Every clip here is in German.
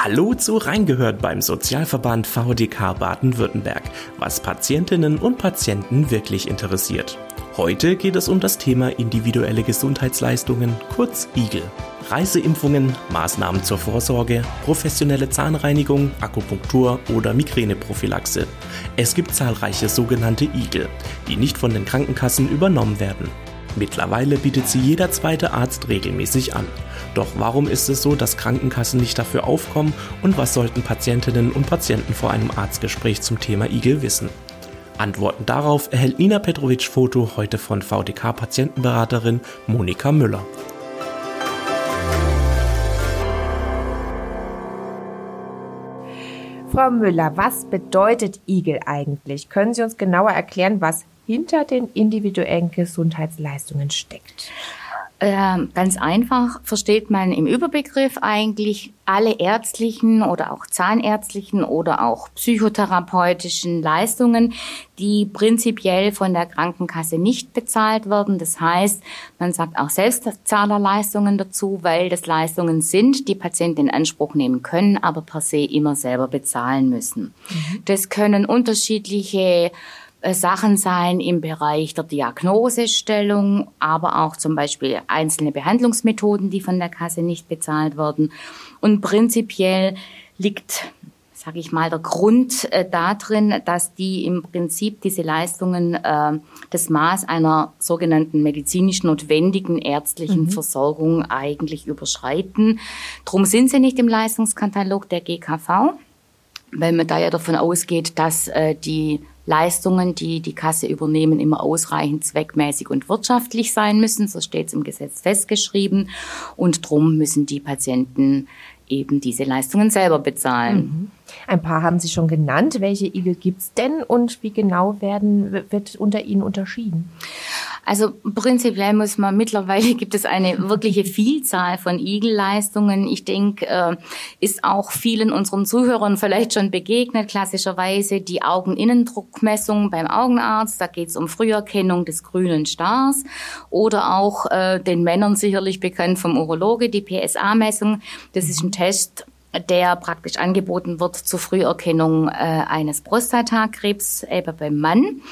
Hallo zu Reingehört beim Sozialverband VDK Baden-Württemberg, was Patientinnen und Patienten wirklich interessiert. Heute geht es um das Thema individuelle Gesundheitsleistungen, kurz IGL. Reiseimpfungen, Maßnahmen zur Vorsorge, professionelle Zahnreinigung, Akupunktur oder Migräneprophylaxe. Es gibt zahlreiche sogenannte IGL, die nicht von den Krankenkassen übernommen werden. Mittlerweile bietet sie jeder zweite Arzt regelmäßig an. Doch warum ist es so, dass Krankenkassen nicht dafür aufkommen und was sollten Patientinnen und Patienten vor einem Arztgespräch zum Thema IGL wissen? Antworten darauf erhält Nina Petrovic-Foto heute von VDK-Patientenberaterin Monika Müller. Frau Müller, was bedeutet IGL eigentlich? Können Sie uns genauer erklären, was hinter den individuellen Gesundheitsleistungen steckt? Ganz einfach versteht man im Überbegriff eigentlich alle ärztlichen oder auch zahnärztlichen oder auch psychotherapeutischen Leistungen, die prinzipiell von der Krankenkasse nicht bezahlt werden. Das heißt, man sagt auch Selbstzahlerleistungen dazu, weil das Leistungen sind, die Patienten in Anspruch nehmen können, aber per se immer selber bezahlen müssen. Das können unterschiedliche Sachen sein im Bereich der Diagnosestellung, aber auch zum Beispiel einzelne Behandlungsmethoden, die von der Kasse nicht bezahlt werden. Und prinzipiell liegt, sage ich mal, der Grund darin, dass die im Prinzip diese Leistungen das Maß einer sogenannten medizinisch notwendigen ärztlichen Versorgung eigentlich überschreiten. Drum sind sie nicht im Leistungskatalog der GKV, weil man da ja davon ausgeht, dass die Leistungen, die die Kasse übernehmen, immer ausreichend zweckmäßig und wirtschaftlich sein müssen. So steht es im Gesetz festgeschrieben. Und drum müssen die Patienten eben diese Leistungen selber bezahlen. Ein paar haben Sie schon genannt. Welche IGL gibt's denn und wie genau wird unter ihnen unterschieden? Also prinzipiell mittlerweile gibt es eine wirkliche Vielzahl von IGL-Leistungen. Ich denke, ist auch vielen unseren Zuhörern vielleicht schon begegnet. Klassischerweise die Augeninnendruckmessung beim Augenarzt. Da geht es um Früherkennung des grünen Stars. Oder auch den Männern sicherlich bekannt vom Urologe, die PSA-Messung. Das ist ein Test, der praktisch angeboten wird zur Früherkennung eines Prostatakrebs, eben beim Mann.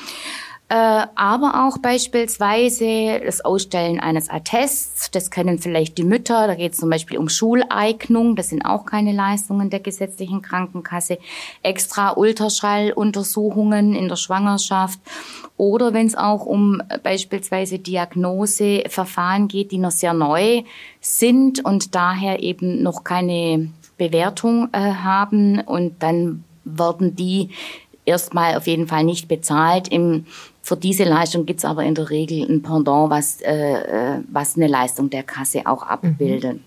Aber auch beispielsweise das Ausstellen eines Attests, das können vielleicht die Mütter, da geht es zum Beispiel um Schuleignung, das sind auch keine Leistungen der gesetzlichen Krankenkasse, extra Ultraschalluntersuchungen in der Schwangerschaft oder wenn es auch um beispielsweise Diagnoseverfahren geht, die noch sehr neu sind und daher eben noch keine Bewertung haben und dann werden die erstmal auf jeden Fall nicht bezahlt. Für diese Leistung gibt es aber in der Regel ein Pendant, was eine Leistung der Kasse auch abbildet.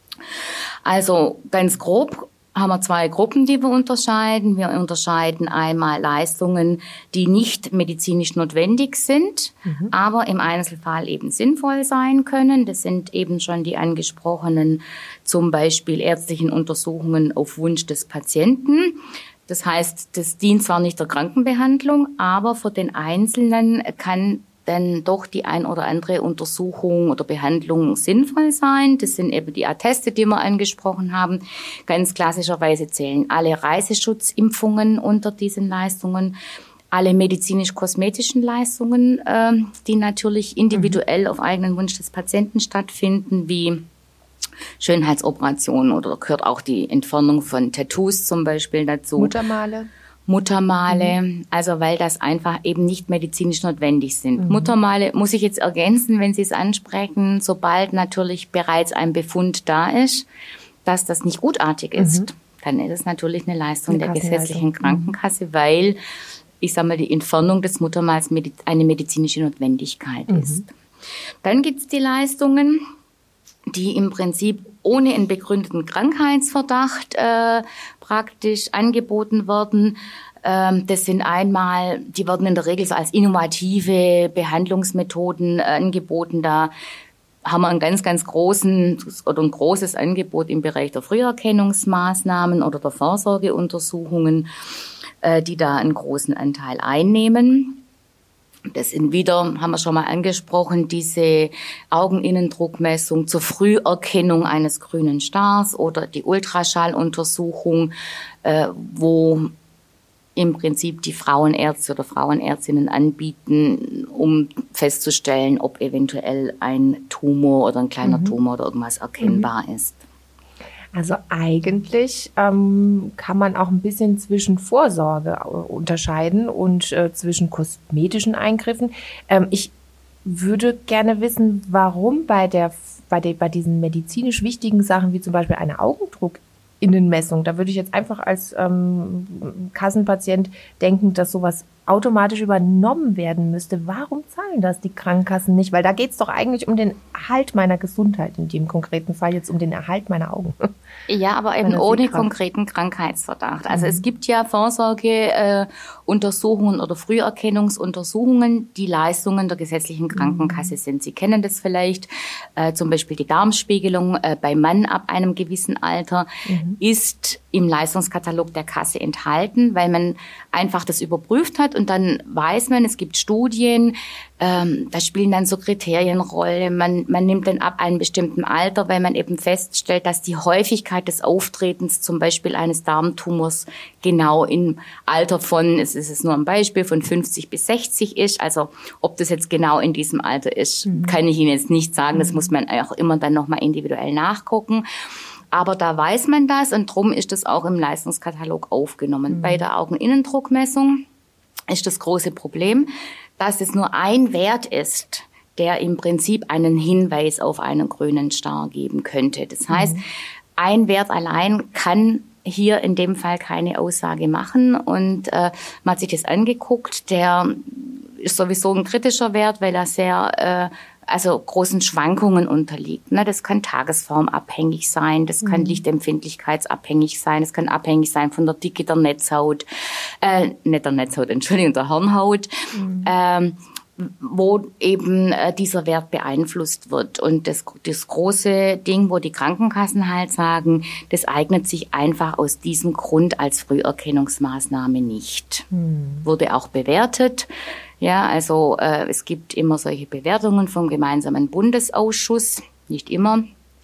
Also ganz grob haben wir zwei Gruppen, die wir unterscheiden. Wir unterscheiden einmal Leistungen, die nicht medizinisch notwendig sind, aber im Einzelfall eben sinnvoll sein können. Das sind eben schon die angesprochenen, zum Beispiel ärztlichen Untersuchungen auf Wunsch des Patienten. Das heißt, das dient zwar nicht der Krankenbehandlung, aber für den Einzelnen kann dann doch die ein oder andere Untersuchung oder Behandlung sinnvoll sein. Das sind eben die Atteste, die wir angesprochen haben. Ganz klassischerweise zählen alle Reiseschutzimpfungen unter diesen Leistungen, alle medizinisch-kosmetischen Leistungen, die natürlich individuell auf eigenen Wunsch des Patienten stattfinden, wie Schönheitsoperationen oder gehört auch die Entfernung von Tattoos zum Beispiel dazu. Muttermale, also weil das einfach eben nicht medizinisch notwendig sind. Muttermale muss ich jetzt ergänzen, wenn Sie es ansprechen, sobald natürlich bereits ein Befund da ist, dass das nicht gutartig ist, dann ist es natürlich eine Leistung der gesetzlichen Krankenkasse, weil, ich sage mal, die Entfernung des Muttermals eine medizinische Notwendigkeit ist. Dann gibt es die Leistungen, die im Prinzip ohne einen begründeten Krankheitsverdacht praktisch angeboten werden. Das sind einmal, die werden in der Regel so als innovative Behandlungsmethoden angeboten. Da haben wir ein ganz großes Angebot im Bereich der Früherkennungsmaßnahmen oder der Vorsorgeuntersuchungen, die da einen großen Anteil einnehmen. Das sind wieder, haben wir schon mal angesprochen, diese Augeninnendruckmessung zur Früherkennung eines grünen Stars oder die Ultraschalluntersuchung, wo im Prinzip die Frauenärzte oder Frauenärztinnen anbieten, um festzustellen, ob eventuell ein Tumor oder ein kleiner Tumor oder irgendwas erkennbar ist. Also eigentlich kann man auch ein bisschen zwischen Vorsorge unterscheiden und zwischen kosmetischen Eingriffen. Ich würde gerne wissen, warum bei diesen medizinisch wichtigen Sachen wie zum Beispiel eine Augendruckinnenmessung, da würde ich jetzt einfach als Kassenpatient denken, dass sowas automatisch übernommen werden müsste. Warum zahlen das die Krankenkassen nicht? Weil da geht es doch eigentlich um den Erhalt meiner Gesundheit, in dem konkreten Fall jetzt um den Erhalt meiner Augen. Ja, aber eben ohne konkreten Krankheitsverdacht. Also es gibt ja Vorsorgeuntersuchungen oder Früherkennungsuntersuchungen, die Leistungen der gesetzlichen Krankenkasse sind. Sie kennen das vielleicht, zum Beispiel die Darmspiegelung beim Mann ab einem gewissen Alter ist im Leistungskatalog der Kasse enthalten, weil man einfach das überprüft hat und dann weiß man, es gibt Studien, da spielen dann so Kriterien Rolle. Man nimmt dann ab einem bestimmten Alter, weil man eben feststellt, dass die Häufigkeit des Auftretens zum Beispiel eines Darmtumors genau im Alter von, es ist nur ein Beispiel, von 50 bis 60 ist. Also ob das jetzt genau in diesem Alter ist, kann ich Ihnen jetzt nicht sagen. Das muss man auch immer dann nochmal individuell nachgucken. Aber da weiß man das und drum ist das auch im Leistungskatalog aufgenommen. Bei der Augeninnendruckmessung ist das große Problem, dass es nur ein Wert ist, der im Prinzip einen Hinweis auf einen grünen Star geben könnte. Das heißt, ein Wert allein kann hier in dem Fall keine Aussage machen. Und man hat sich das angeguckt, der ist sowieso ein kritischer Wert, weil er sehr großen Schwankungen unterliegt. Ne? Das kann tagesformabhängig sein, das kann lichtempfindlichkeitsabhängig sein, das kann abhängig sein von der Dicke der Netzhaut, der Hirnhaut, wo eben dieser Wert beeinflusst wird. Und das große Ding, wo die Krankenkassen halt sagen, das eignet sich einfach aus diesem Grund als Früherkennungsmaßnahme nicht. Wurde auch bewertet. Ja, also es gibt immer solche Bewertungen vom gemeinsamen Bundesausschuss, nicht immer,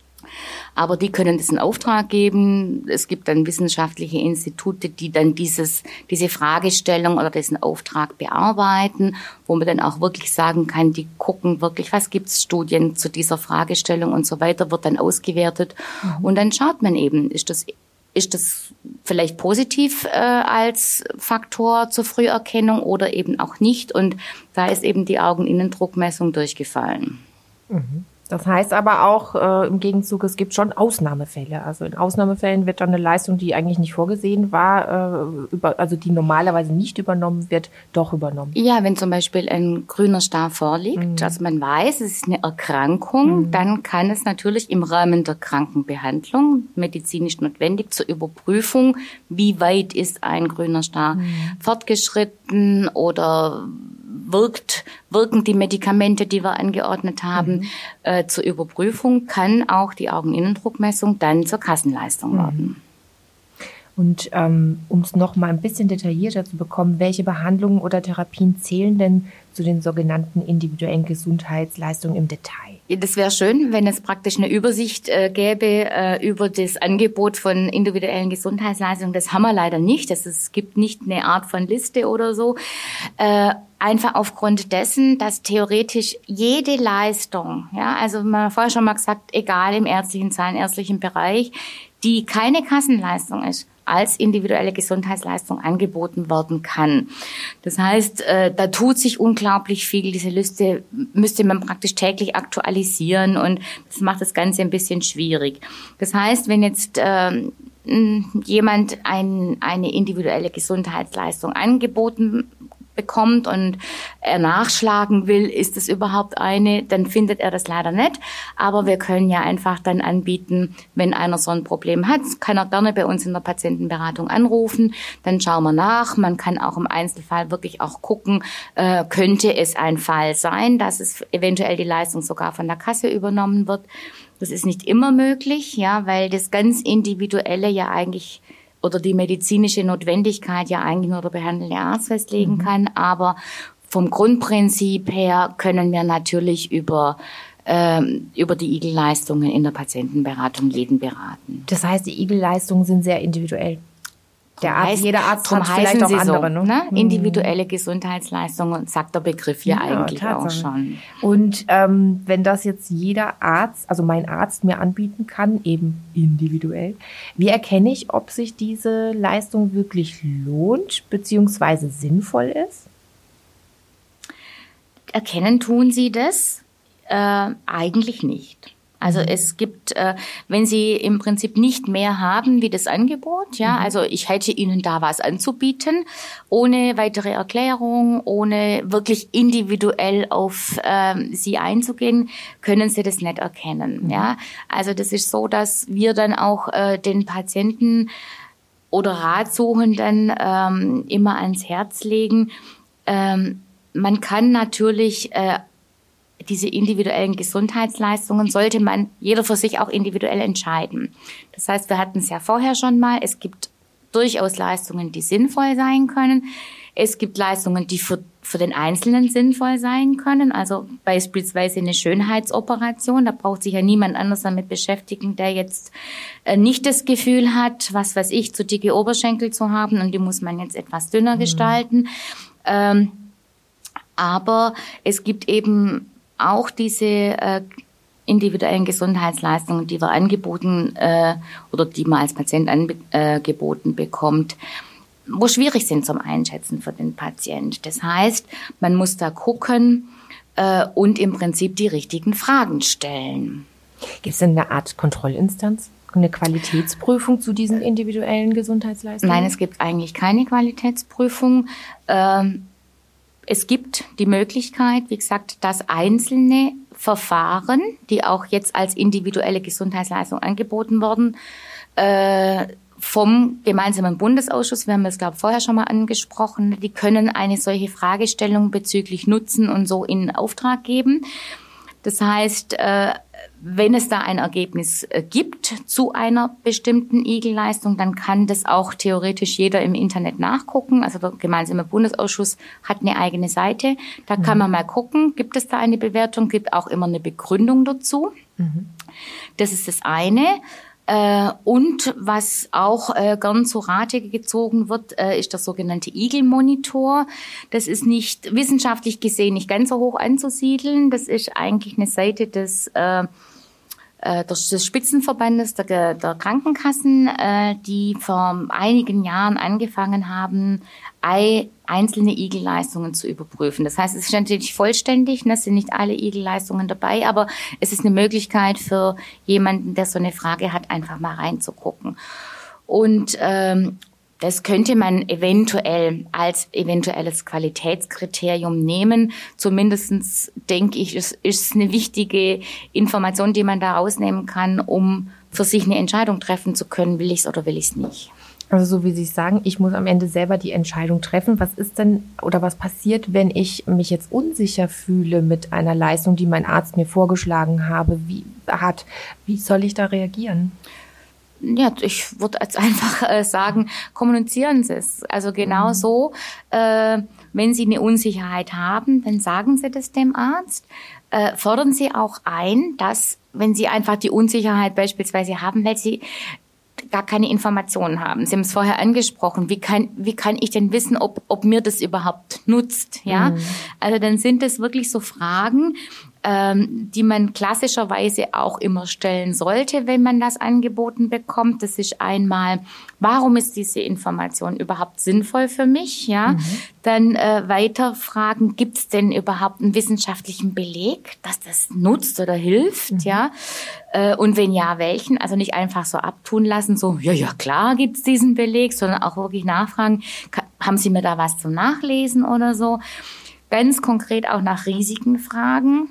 aber die können das in Auftrag geben. Es gibt dann wissenschaftliche Institute, die dann diese Fragestellung oder diesen Auftrag bearbeiten, wo man dann auch wirklich sagen kann, die gucken wirklich, was gibt's Studien zu dieser Fragestellung und so weiter, wird dann ausgewertet. Und dann schaut man eben, ist das vielleicht positiv als Faktor zur Früherkennung oder eben auch nicht. Und da ist eben die Augeninnendruckmessung durchgefallen. Das heißt aber auch im Gegenzug, es gibt schon Ausnahmefälle. Also in Ausnahmefällen wird dann eine Leistung, die eigentlich nicht vorgesehen war, also die normalerweise nicht übernommen wird, doch übernommen. Ja, wenn zum Beispiel ein grüner Star vorliegt, also man weiß, es ist eine Erkrankung, dann kann es natürlich im Rahmen der Krankenbehandlung medizinisch notwendig zur Überprüfung, wie weit ist ein grüner Star fortgeschritten oder wirken die Medikamente, die wir angeordnet haben, zur Überprüfung, kann auch die Augeninnendruckmessung dann zur Kassenleistung werden. Und um es noch mal ein bisschen detaillierter zu bekommen, welche Behandlungen oder Therapien zählen denn zu den sogenannten individuellen Gesundheitsleistungen im Detail? Das wäre schön, wenn es praktisch eine Übersicht gäbe über das Angebot von individuellen Gesundheitsleistungen. Das haben wir leider nicht. Es gibt nicht eine Art von Liste oder so. Einfach aufgrund dessen, dass theoretisch jede Leistung, ja, also man hat vorher schon mal gesagt, egal im ärztlichen, zahlenärztlichen Bereich, die keine Kassenleistung ist, als individuelle Gesundheitsleistung angeboten werden kann. Das heißt, da tut sich unglaublich viel. Diese Liste müsste man praktisch täglich aktualisieren und das macht das Ganze ein bisschen schwierig. Das heißt, wenn jetzt jemand eine individuelle Gesundheitsleistung angeboten bekommt und er nachschlagen will, ist es überhaupt eine, dann findet er das leider nicht. Aber wir können ja einfach dann anbieten, wenn einer so ein Problem hat, kann er gerne bei uns in der Patientenberatung anrufen, dann schauen wir nach. Man kann auch im Einzelfall wirklich auch gucken, könnte es ein Fall sein, dass es eventuell die Leistung sogar von der Kasse übernommen wird. Das ist nicht immer möglich, ja, weil das ganz Individuelle ja eigentlich oder die medizinische Notwendigkeit ja eigentlich nur der behandelnde Arzt festlegen kann. Aber vom Grundprinzip her können wir natürlich über die Igel-Leistungen in der Patientenberatung jeden beraten. Das heißt, die Igel-Leistungen sind sehr individuell. Jeder Arzt hat vielleicht auch andere. So, ne? Individuelle Gesundheitsleistungen, sagt der Begriff hier eigentlich Tatsache. Auch schon. Und wenn das jetzt jeder Arzt, also mein Arzt mir anbieten kann, eben individuell, wie erkenne ich, ob sich diese Leistung wirklich lohnt bzw. sinnvoll ist? Erkennen tun Sie das eigentlich nicht. Also es gibt, wenn Sie im Prinzip nicht mehr haben wie das Angebot, ja, also ich hätte Ihnen da was anzubieten, ohne weitere Erklärung, ohne wirklich individuell auf Sie einzugehen, können Sie das nicht erkennen, ja. Also das ist so, dass wir dann auch den Patienten oder Ratsuchenden immer ans Herz legen. Man kann natürlich diese individuellen Gesundheitsleistungen sollte jeder für sich auch individuell entscheiden. Das heißt, wir hatten es ja vorher schon mal, es gibt durchaus Leistungen, die sinnvoll sein können. Es gibt Leistungen, die für den Einzelnen sinnvoll sein können. Also beispielsweise eine Schönheitsoperation, da braucht sich ja niemand anders damit beschäftigen, der jetzt nicht das Gefühl hat, was weiß ich, zu dicke Oberschenkel zu haben und die muss man jetzt etwas dünner gestalten. Aber es gibt eben auch diese individuellen Gesundheitsleistungen, die wir angeboten oder die man als Patient angeboten bekommt, wo schwierig sind zum Einschätzen für den Patient. Das heißt, man muss da gucken und im Prinzip die richtigen Fragen stellen. Gibt es denn eine Art Kontrollinstanz? Eine Qualitätsprüfung zu diesen individuellen Gesundheitsleistungen? Nein, es gibt eigentlich keine Qualitätsprüfung. Es gibt die Möglichkeit, wie gesagt, dass einzelne Verfahren, die auch jetzt als individuelle Gesundheitsleistung angeboten wurden, vom gemeinsamen Bundesausschuss, wir haben das, glaube ich, vorher schon mal angesprochen, die können eine solche Fragestellung bezüglich Nutzen und so in Auftrag geben. Das heißt, wenn es da ein Ergebnis gibt zu einer bestimmten Igel-Leistung, dann kann das auch theoretisch jeder im Internet nachgucken. Also der gemeinsame Bundesausschuss hat eine eigene Seite. Da kann man mal gucken, gibt es da eine Bewertung, gibt auch immer eine Begründung dazu. Das ist das eine. Und was auch gern zu Rate gezogen wird, ist der sogenannte Igel-Monitor. Das ist nicht wissenschaftlich gesehen nicht ganz so hoch anzusiedeln. Das ist eigentlich eine Seite des Spitzenverbandes der Krankenkassen, die vor einigen Jahren angefangen haben, einzelne Igel-Leistungen zu überprüfen. Das heißt, es ist natürlich vollständig, es sind nicht alle Igel-Leistungen dabei, aber es ist eine Möglichkeit für jemanden, der so eine Frage hat, einfach mal reinzugucken. Und das könnte man eventuell als eventuelles Qualitätskriterium nehmen. Zumindestens denke ich, es ist eine wichtige Information, die man da rausnehmen kann, um für sich eine Entscheidung treffen zu können, will ich es oder will ich es nicht. Also so wie Sie es sagen, ich muss am Ende selber die Entscheidung treffen. Was ist denn oder was passiert, wenn ich mich jetzt unsicher fühle mit einer Leistung, die mein Arzt mir vorgeschlagen hat? Wie soll ich da reagieren? Ja, ich würde jetzt einfach sagen, kommunizieren Sie es. Also genau so, wenn Sie eine Unsicherheit haben, dann sagen Sie das dem Arzt. Fordern Sie auch ein, dass, wenn Sie einfach die Unsicherheit beispielsweise haben, weil Sie gar keine Informationen haben. Sie haben es vorher angesprochen. Wie kann ich denn wissen, ob mir das überhaupt nutzt? Ja, also dann sind es wirklich so Fragen, die man klassischerweise auch immer stellen sollte, wenn man das angeboten bekommt. Das ist einmal, warum ist diese Information überhaupt sinnvoll für mich? Ja, dann weiter fragen, gibt es denn überhaupt einen wissenschaftlichen Beleg, dass das nutzt oder hilft? Ja, und wenn ja, welchen? Also nicht einfach so abtun lassen, so ja klar gibt's diesen Beleg, sondern auch wirklich nachfragen, haben Sie mir da was zum Nachlesen oder so? Ganz konkret auch nach Risiken fragen.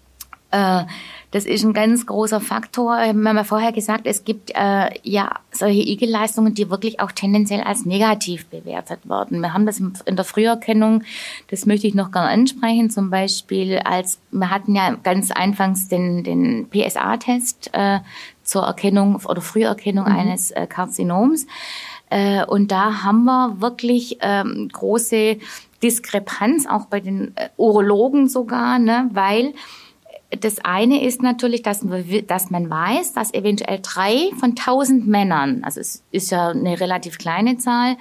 Das ist ein ganz großer Faktor. Wir haben ja vorher gesagt, es gibt solche Igel-Leistungen, die wirklich auch tendenziell als negativ bewertet werden. Wir haben das in der Früherkennung, das möchte ich noch gerne ansprechen, zum Beispiel wir hatten ja ganz anfangs den PSA-Test zur Erkennung oder Früherkennung eines Karzinoms. Und da haben wir wirklich große Diskrepanz, auch bei den Urologen sogar, ne, weil das eine ist natürlich, dass man weiß, dass eventuell 3 von 1000 Männern, also es ist ja eine relativ kleine Zahl,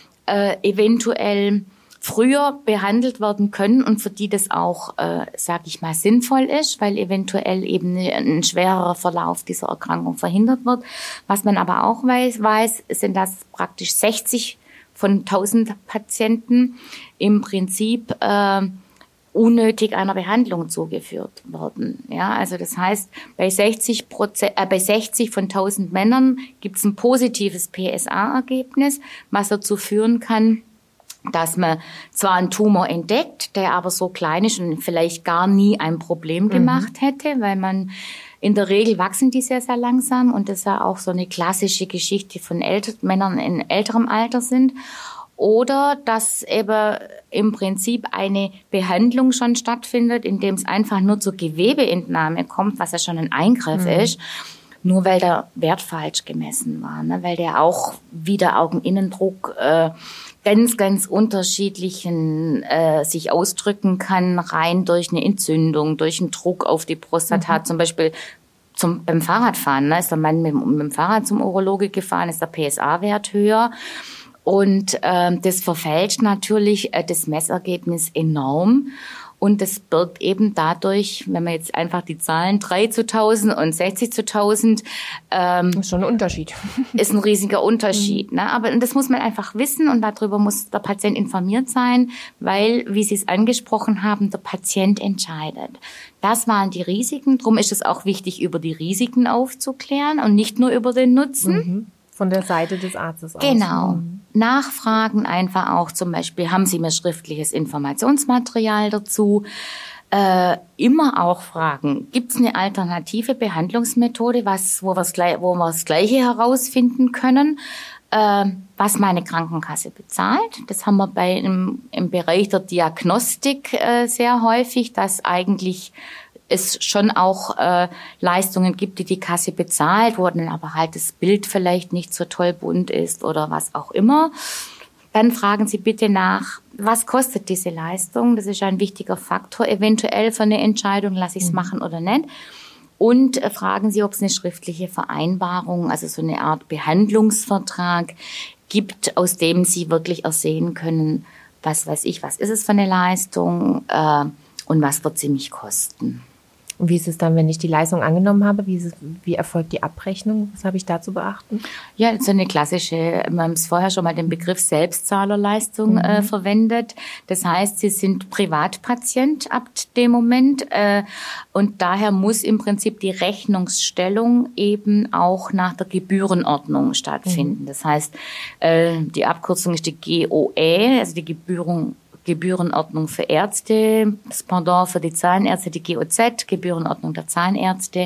eventuell früher behandelt werden können und für die das auch, sage ich mal, sinnvoll ist, weil eventuell eben ein schwererer Verlauf dieser Erkrankung verhindert wird. Was man aber auch weiß, sind, dass praktisch 60 von 1000 Patienten im Prinzip unnötig einer Behandlung zugeführt worden. Ja, also das heißt, bei 60 von 1000 Männern gibt es ein positives PSA-Ergebnis, was dazu führen kann, dass man zwar einen Tumor entdeckt, der aber so klein ist und vielleicht gar nie ein Problem gemacht hätte, weil man in der Regel wachsen die sehr, sehr langsam und das ja auch so eine klassische Geschichte von Männern in älterem Alter sind. Oder dass eben im Prinzip eine Behandlung schon stattfindet, indem es einfach nur zur Gewebeentnahme kommt, was ja schon ein Eingriff ist, nur weil der Wert falsch gemessen war, ne? Weil der auch wie der Augeninnendruck ganz, ganz unterschiedlichen sich ausdrücken kann, rein durch eine Entzündung, durch einen Druck auf die Prostata, zum Beispiel beim Fahrradfahren. Ne? Ist der Mann mit dem Fahrrad zum Urologe gefahren, ist der PSA-Wert höher. Und das verfälscht natürlich das Messergebnis enorm. Und das birgt eben dadurch, wenn man jetzt einfach die Zahlen 3 zu 1000 und 60 zu 1000. Ist schon ein Unterschied. Ist ein riesiger Unterschied. Ne? Aber das muss man einfach wissen und darüber muss der Patient informiert sein, weil, wie Sie es angesprochen haben, der Patient entscheidet. Das waren die Risiken. Darum ist es auch wichtig, über die Risiken aufzuklären und nicht nur über den Nutzen. Von der Seite des Arztes aus. Genau. Nachfragen einfach auch zum Beispiel, haben Sie mir schriftliches Informationsmaterial dazu? Immer auch fragen, gibt es eine alternative Behandlungsmethode, wo wir das Gleiche herausfinden können, was meine Krankenkasse bezahlt. Das haben wir im Bereich der Diagnostik sehr häufig, dass eigentlich es schon auch Leistungen gibt, die Kasse bezahlt, wo dann aber halt das Bild vielleicht nicht so toll bunt ist oder was auch immer. Dann fragen Sie bitte nach, was kostet diese Leistung? Das ist ein wichtiger Faktor, eventuell für eine Entscheidung, lasse ich es machen oder nicht. Und fragen Sie, ob es eine schriftliche Vereinbarung, also so eine Art Behandlungsvertrag gibt, aus dem Sie wirklich ersehen können, was weiß ich, was ist es für eine Leistung und was wird sie mich kosten. Und wie ist es dann, wenn ich die Leistung angenommen habe? Wie erfolgt die Abrechnung? Was habe ich da zu beachten? Ja, so eine klassische, wir haben es vorher schon mal den Begriff Selbstzahlerleistung verwendet. Das heißt, Sie sind Privatpatient ab dem Moment und daher muss im Prinzip die Rechnungsstellung eben auch nach der Gebührenordnung stattfinden. Das heißt, die Abkürzung ist die GOE, also die Gebührenordnung für Ärzte, das Pendant für die Zahnärzte, die GOZ, Gebührenordnung der Zahnärzte,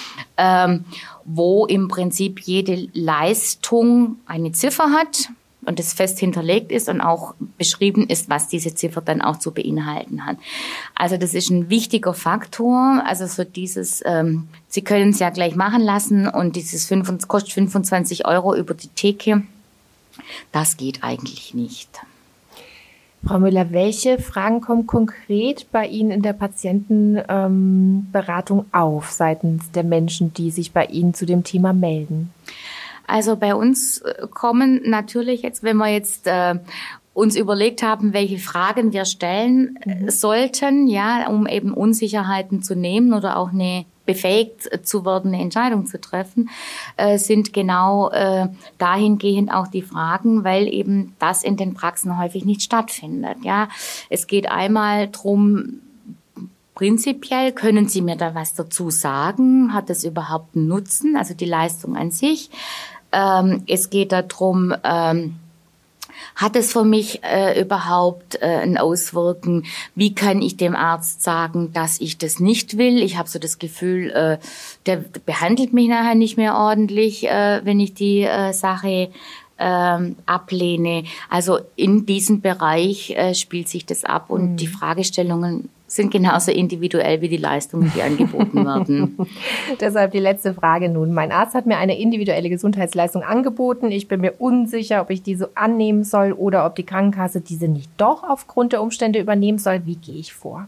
wo im Prinzip jede Leistung eine Ziffer hat und das fest hinterlegt ist und auch beschrieben ist, was diese Ziffer dann auch zu beinhalten hat. Also das ist ein wichtiger Faktor, also für dieses, Sie können es ja gleich machen lassen und dieses kostet 25 € über die Theke, das geht eigentlich nicht. Frau Müller, welche Fragen kommen konkret bei Ihnen in der Patientenberatung auf seitens der Menschen, die sich bei Ihnen zu dem Thema melden? Also bei uns kommen natürlich jetzt, wenn wir jetzt uns überlegt haben, welche Fragen wir stellen sollten, ja, um eben Unsicherheiten zu nehmen oder auch befähigt zu werden, eine Entscheidung zu treffen, sind genau dahingehend auch die Fragen, weil eben das in den Praxen häufig nicht stattfindet. Ja, es geht einmal drum, prinzipiell, können Sie mir da was dazu sagen? Hat es überhaupt einen Nutzen, also die Leistung an sich? Es geht darum, hat es für mich überhaupt ein Auswirken? Wie kann ich dem Arzt sagen, dass ich das nicht will? Ich habe so das Gefühl, der behandelt mich nachher nicht mehr ordentlich, wenn ich die Sache ablehne. Also in diesem Bereich spielt sich das ab und die Fragestellungen sind genauso individuell wie die Leistungen, die angeboten werden. Deshalb die letzte Frage nun. Mein Arzt hat mir eine individuelle Gesundheitsleistung angeboten. Ich bin mir unsicher, ob ich diese annehmen soll oder ob die Krankenkasse diese nicht doch aufgrund der Umstände übernehmen soll. Wie gehe ich vor?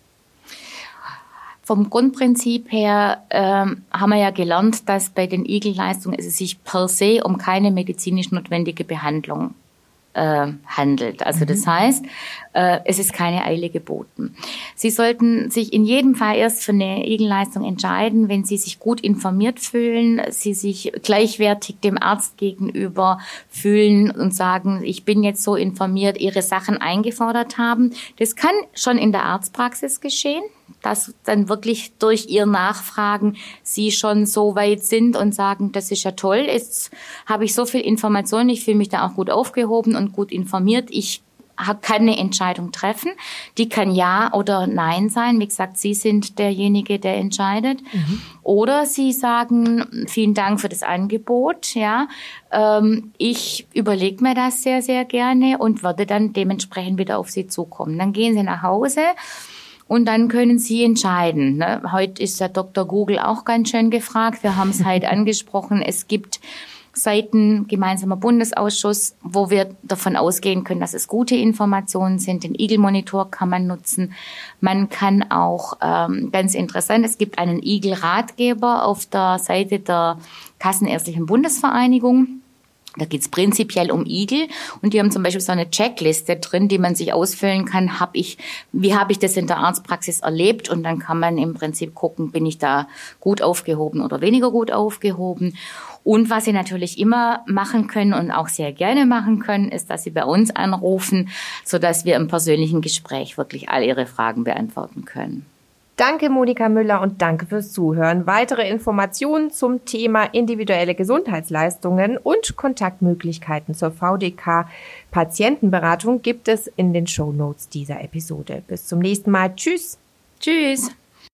Vom Grundprinzip her haben wir ja gelernt, dass bei den Igel-Leistungen es sich per se um keine medizinisch notwendige Behandlung handelt. Also das heißt, es ist keine Eile geboten. Sie sollten sich in jedem Fall erst für eine Igel-Leistung entscheiden, wenn Sie sich gut informiert fühlen, Sie sich gleichwertig dem Arzt gegenüber fühlen und sagen, ich bin jetzt so informiert, Ihre Sachen eingefordert haben. Das kann schon in der Arztpraxis geschehen, dass dann wirklich durch ihr Nachfragen Sie schon so weit sind und sagen, das ist ja toll, jetzt habe ich so viel Informationen, ich fühle mich da auch gut aufgehoben und gut informiert, ich kann eine Entscheidung treffen, die kann Ja oder Nein sein. Wie gesagt, Sie sind derjenige, der entscheidet. Oder Sie sagen, vielen Dank für das Angebot, ja, ich überlege mir das sehr, sehr gerne und werde dann dementsprechend wieder auf Sie zukommen. Dann gehen Sie nach Hause. Und dann können Sie entscheiden. Ne? Heute ist der Dr. Google auch ganz schön gefragt. Wir haben es halt angesprochen. Es gibt Seiten, gemeinsamer Bundesausschuss, wo wir davon ausgehen können, dass es gute Informationen sind. Den Igel-Monitor kann man nutzen. Man kann auch, ganz interessant, es gibt einen Igel-Ratgeber auf der Seite der Kassenärztlichen Bundesvereinigung. Da geht's prinzipiell um Igel und die haben zum Beispiel so eine Checkliste drin, die man sich ausfüllen kann. Wie habe ich das in der Arztpraxis erlebt? Und dann kann man im Prinzip gucken, bin ich da gut aufgehoben oder weniger gut aufgehoben. Und was Sie natürlich immer machen können und auch sehr gerne machen können, ist, dass Sie bei uns anrufen, sodass wir im persönlichen Gespräch wirklich all Ihre Fragen beantworten können. Danke, Monika Müller, und danke fürs Zuhören. Weitere Informationen zum Thema individuelle Gesundheitsleistungen und Kontaktmöglichkeiten zur VDK-Patientenberatung gibt es in den Shownotes dieser Episode. Bis zum nächsten Mal. Tschüss. Tschüss.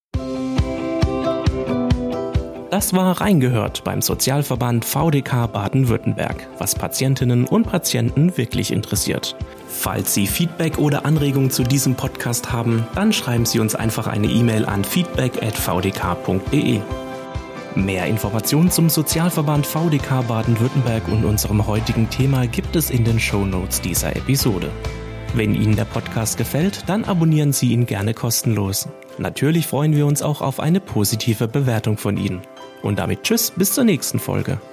Das war Reingehört beim Sozialverband VDK Baden-Württemberg, was Patientinnen und Patienten wirklich interessiert. Falls Sie Feedback oder Anregungen zu diesem Podcast haben, dann schreiben Sie uns einfach eine E-Mail an feedback@vdk.de. Mehr Informationen zum Sozialverband VDK Baden-Württemberg und unserem heutigen Thema gibt es in den Shownotes dieser Episode. Wenn Ihnen der Podcast gefällt, dann abonnieren Sie ihn gerne kostenlos. Natürlich freuen wir uns auch auf eine positive Bewertung von Ihnen. Und damit tschüss, bis zur nächsten Folge.